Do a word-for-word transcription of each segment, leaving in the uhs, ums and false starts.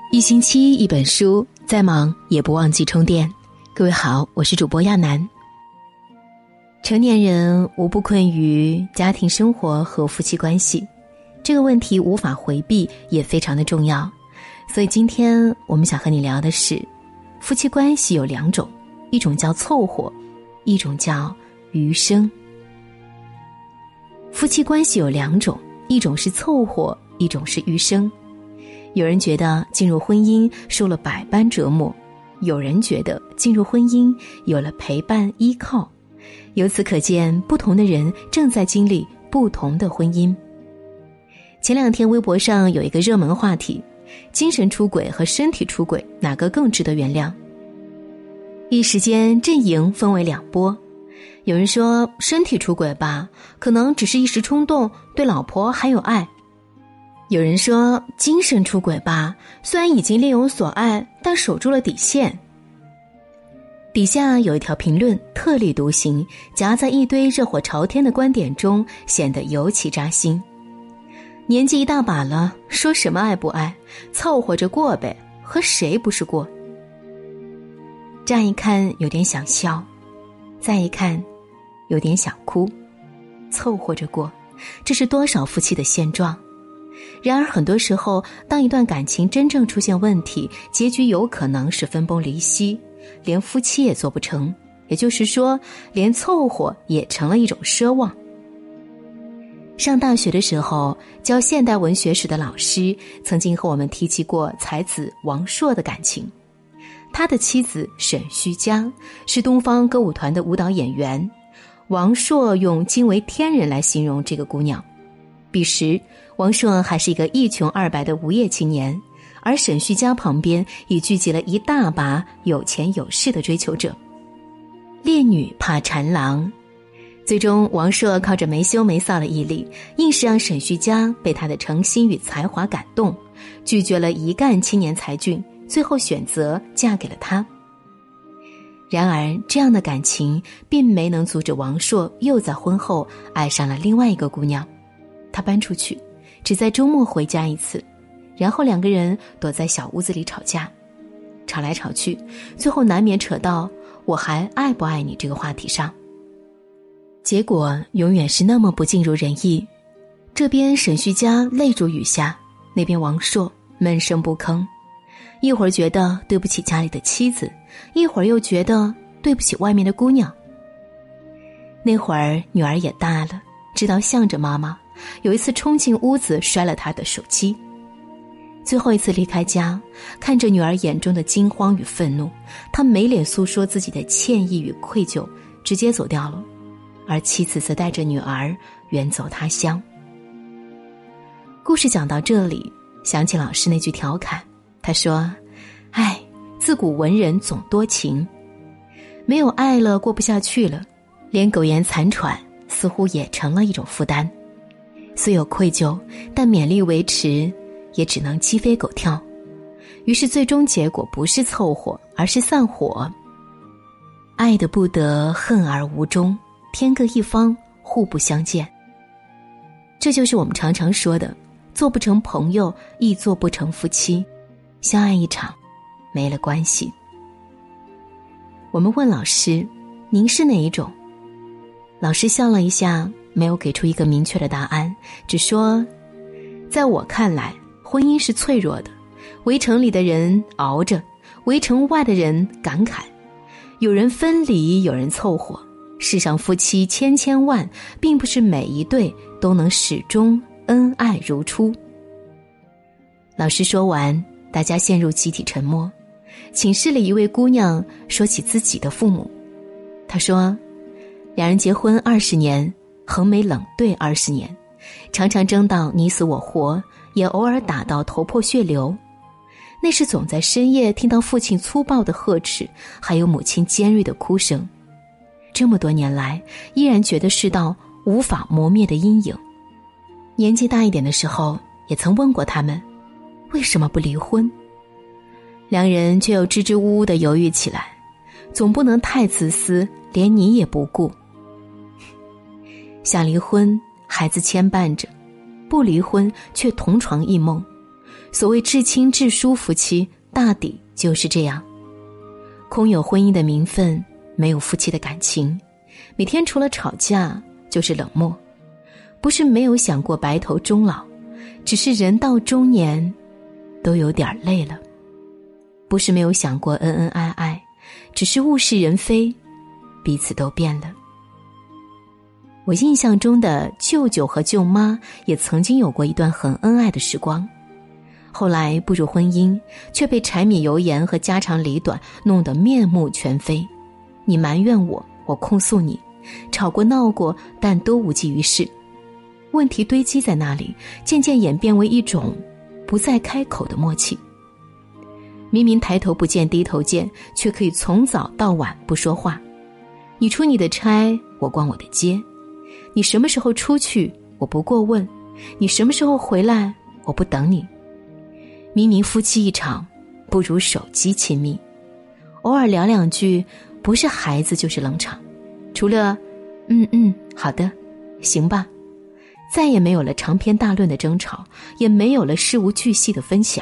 一星期一本书，再忙也不忘记充电。各位好，我是主播亚楠。成年人无不困于家庭生活和夫妻关系，这个问题无法回避，也非常的重要。所以今天我们想和你聊的是，夫妻关系有两种，一种叫凑合，一种叫余生。夫妻关系有两种，一种是凑合，一种是余生。有人觉得进入婚姻受了百般折磨，有人觉得进入婚姻有了陪伴依靠。由此可见，不同的人正在经历不同的婚姻。前两天微博上有一个热门话题，精神出轨和身体出轨哪个更值得原谅？一时间阵营分为两波。有人说身体出轨吧，可能只是一时冲动，对老婆还有爱。有人说精神出轨吧，虽然已经另有所爱，但守住了底线。底下有一条评论特立独行，夹在一堆热火朝天的观点中，显得尤其扎心。年纪一大把了，说什么爱不爱，凑合着过呗，和谁不是过？乍一看有点想笑，再一看有点想哭。凑合着过，这是多少夫妻的现状。然而很多时候，当一段感情真正出现问题，结局有可能是分崩离析，连夫妻也做不成，也就是说，连凑合也成了一种奢望。上大学的时候，教现代文学史的老师曾经和我们提起过才子王朔的感情。他的妻子沈旭佳是东方歌舞团的舞蹈演员，王朔用惊为天人来形容这个姑娘。彼时王朔还是一个一穷二白的无业青年，而沈旭佳旁边已聚集了一大把有钱有势的追求者。烈女怕缠郎，最终王朔靠着没羞没臊的毅力，硬是让沈旭佳被他的诚心与才华感动，拒绝了一干青年才俊，最后选择嫁给了他。然而这样的感情并没能阻止王朔又在婚后爱上了另外一个姑娘。他搬出去，只在周末回家一次，然后两个人躲在小屋子里吵架，吵来吵去，最后难免扯到我还爱不爱你这个话题上。结果永远是那么不尽如人意，这边沈旭佳泪如雨下，那边王朔闷声不吭，一会儿觉得对不起家里的妻子，一会儿又觉得对不起外面的姑娘。那会儿女儿也大了，知道向着妈妈，有一次冲进屋子摔了她的手机。最后一次离开家，看着女儿眼中的惊慌与愤怒，他没脸诉说自己的歉意与愧疚，直接走掉了，而妻子则带着女儿远走他乡。故事讲到这里，想起老师那句调侃，他说：唉，自古文人总多情，没有爱了过不下去了，连苟延残喘似乎也成了一种负担。虽有愧疚，但勉力维持也只能鸡飞狗跳，于是最终结果不是凑合，而是散伙。爱得不得，恨而无终，天各一方，互不相见。这就是我们常常说的，做不成朋友，亦做不成夫妻，相爱一场，没了关系。我们问老师，您是哪一种？老师笑了一下，没有给出一个明确的答案，只说，在我看来，婚姻是脆弱的，围城里的人熬着，围城外的人感慨，有人分离，有人凑合，世上夫妻千千万，并不是每一对都能始终恩爱如初。老师说完，大家陷入集体沉默。寝室里一位姑娘说起自己的父母，她说，两人结婚二十年，横眉冷对二十年，常常争到你死我活，也偶尔打到头破血流。那是总在深夜听到父亲粗暴的呵斥，还有母亲尖锐的哭声。这么多年来，依然觉得是道无法磨灭的阴影。年纪大一点的时候，也曾问过他们，为什么不离婚？两人却又支支吾吾地犹豫起来，总不能太自私，连你也不顾。想离婚，孩子牵绊着；不离婚，却同床异梦。 所谓至亲至疏夫妻，大抵就是这样，空有婚姻的名分，没有夫妻的感情，每天除了吵架就是冷漠。不是没有想过白头终老，只是人到中年都有点累了。不是没有想过恩恩爱爱，只是物是人非，彼此都变了。我印象中的舅舅和舅妈也曾经有过一段很恩爱的时光，后来步入婚姻，却被柴米油盐和家长里短弄得面目全非。你埋怨我，我控诉你，吵过闹过，但都无济于事。问题堆积在那里，渐渐演变为一种不再开口的默契。明明抬头不见低头见，却可以从早到晚不说话。你出你的差，我逛我的街。你什么时候出去，我不过问。你什么时候回来，我不等你。明明夫妻一场，不如手机亲密。偶尔聊两句，不是孩子就是冷场。除了嗯嗯好的行吧，再也没有了长篇大论的争吵，也没有了事无巨细的分享。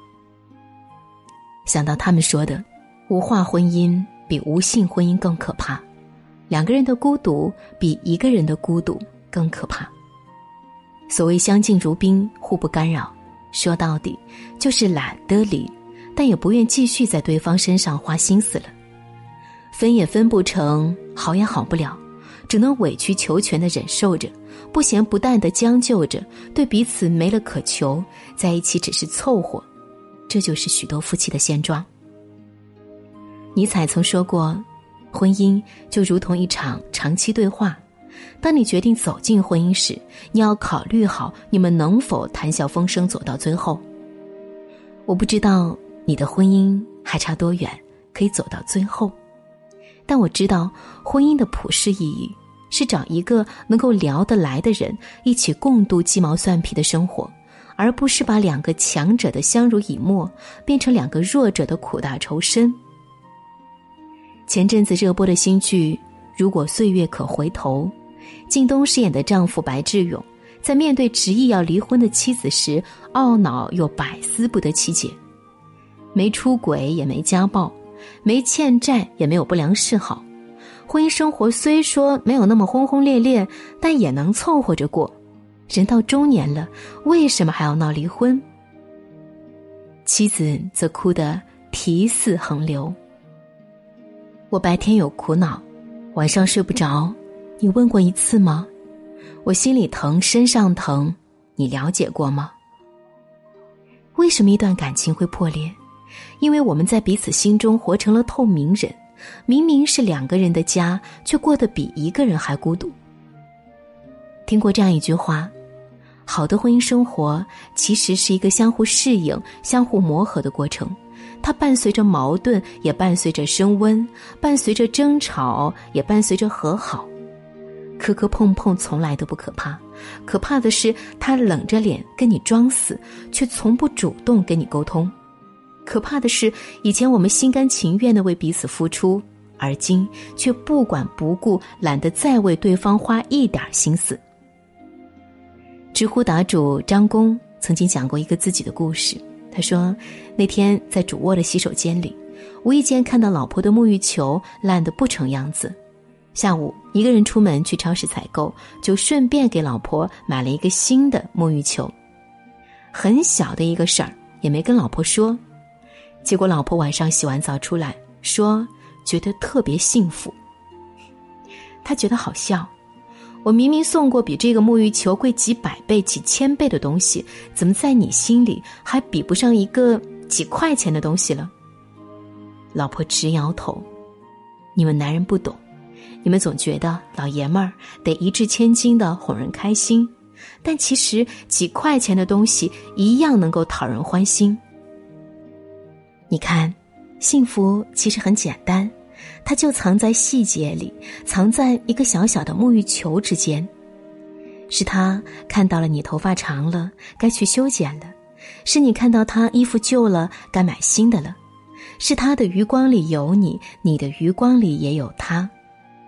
想到他们说的，无话婚姻比无性婚姻更可怕，两个人的孤独比一个人的孤独更可怕。所谓相敬如宾，互不干扰，说到底就是懒得理，但也不愿继续在对方身上花心思了。分也分不成，好也好不了，只能委曲求全地忍受着，不咸不淡地将就着，对彼此没了可求，在一起只是凑合。这就是许多夫妻的现状。尼采曾说过，婚姻就如同一场长期对话，当你决定走进婚姻时，你要考虑好你们能否谈笑风生走到最后。我不知道你的婚姻还差多远可以走到最后，但我知道婚姻的普世意义是找一个能够聊得来的人，一起共度鸡毛蒜皮的生活，而不是把两个强者的相濡以沫变成两个弱者的苦大仇深。前阵子热播的新剧《如果岁月可回头》，靳东饰演的丈夫白志勇在面对执意要离婚的妻子时，懊恼又百思不得其解。没出轨也没家暴，没欠债也没有不良嗜好，婚姻生活虽说没有那么轰轰烈烈，但也能凑合着过。人到中年了，为什么还要闹离婚？妻子则哭得涕泗横流。我白天有苦恼，晚上睡不着，你问过一次吗？我心里疼，身上疼，你了解过吗？为什么一段感情会破裂？因为我们在彼此心中活成了透明人，明明是两个人的家，却过得比一个人还孤独。听过这样一句话，好的婚姻生活其实是一个相互适应、相互磨合的过程，它伴随着矛盾，也伴随着升温，伴随着争吵，也伴随着和好。磕磕碰碰从来都不可怕，可怕的是他冷着脸跟你装死，却从不主动跟你沟通。可怕的是以前我们心甘情愿地为彼此付出，而今却不管不顾，懒得再为对方花一点心思。知乎答主张工曾经讲过一个自己的故事，他说那天在主卧的洗手间里，无意间看到老婆的沐浴球烂得不成样子，下午一个人出门去超市采购，就顺便给老婆买了一个新的沐浴球。很小的一个事儿，也没跟老婆说，结果老婆晚上洗完澡出来说觉得特别幸福。他觉得好笑，我明明送过比这个沐浴球贵几百倍几千倍的东西，怎么在你心里还比不上一个几块钱的东西了？老婆直摇头，你们男人不懂，你们总觉得老爷们儿得一掷千金的哄人开心，但其实几块钱的东西一样能够讨人欢心。你看，幸福其实很简单，它就藏在细节里，藏在一个小小的沐浴球之间。是他看到了你头发长了，该去修剪了；是你看到他衣服旧了，该买新的了；是他的余光里有你，你的余光里也有他。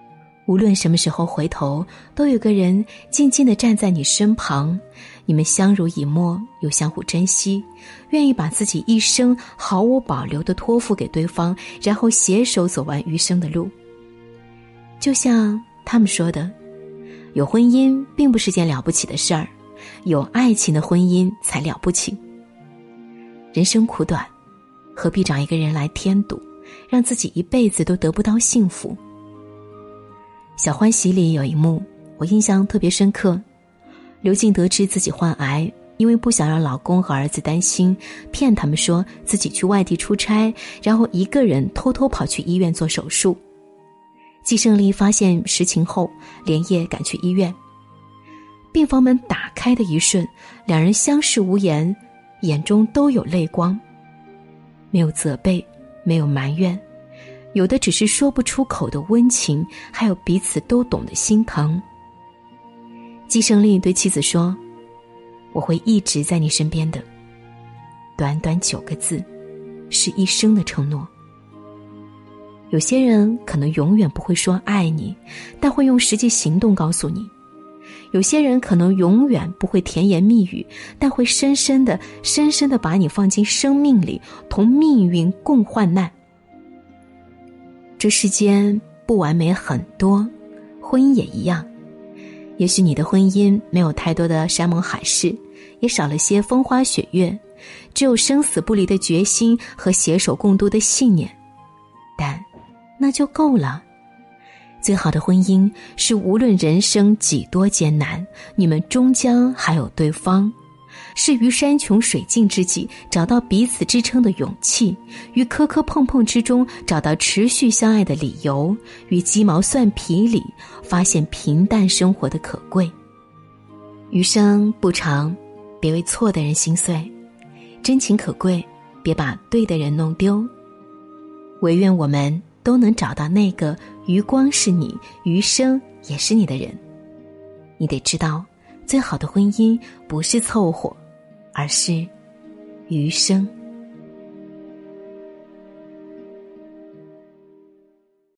无论什么时候回头，都有个人静静地站在你身旁，你们相濡以沫，又相互珍惜，愿意把自己一生毫无保留地托付给对方，然后携手走完余生的路。就像他们说的，有婚姻并不是件了不起的事儿，有爱情的婚姻才了不起。人生苦短，何必找一个人来添堵，让自己一辈子都得不到幸福。小欢喜里有一幕我印象特别深刻，刘静得知自己患癌，因为不想让老公和儿子担心，骗他们说自己去外地出差，然后一个人偷偷跑去医院做手术。季胜利发现实情后，连夜赶去医院。病房门打开的一瞬，两人相视无言，眼中都有泪光，没有责备，没有埋怨，有的只是说不出口的温情，还有彼此都懂的心疼。季胜利对妻子说，我会一直在你身边的。短短九个字，是一生的承诺。有些人可能永远不会说爱你，但会用实际行动告诉你。有些人可能永远不会甜言蜜语，但会深深的、深深的把你放进生命里，同命运共患难。这世间不完美很多，婚姻也一样。也许你的婚姻没有太多的山盟海誓，也少了些风花雪月，只有生死不离的决心和携手共度的信念，但那就够了。最好的婚姻是无论人生几多艰难，你们终将还有对方，是于山穷水尽之际找到彼此支撑的勇气，于磕磕碰碰之中找到持续相爱的理由，于鸡毛蒜皮里发现平淡生活的可贵。余生不长，别为错的人心碎，真情可贵，别把对的人弄丢。唯愿我们都能找到那个余光是你，余生也是你的人。你得知道，最好的婚姻不是凑合，而是余生。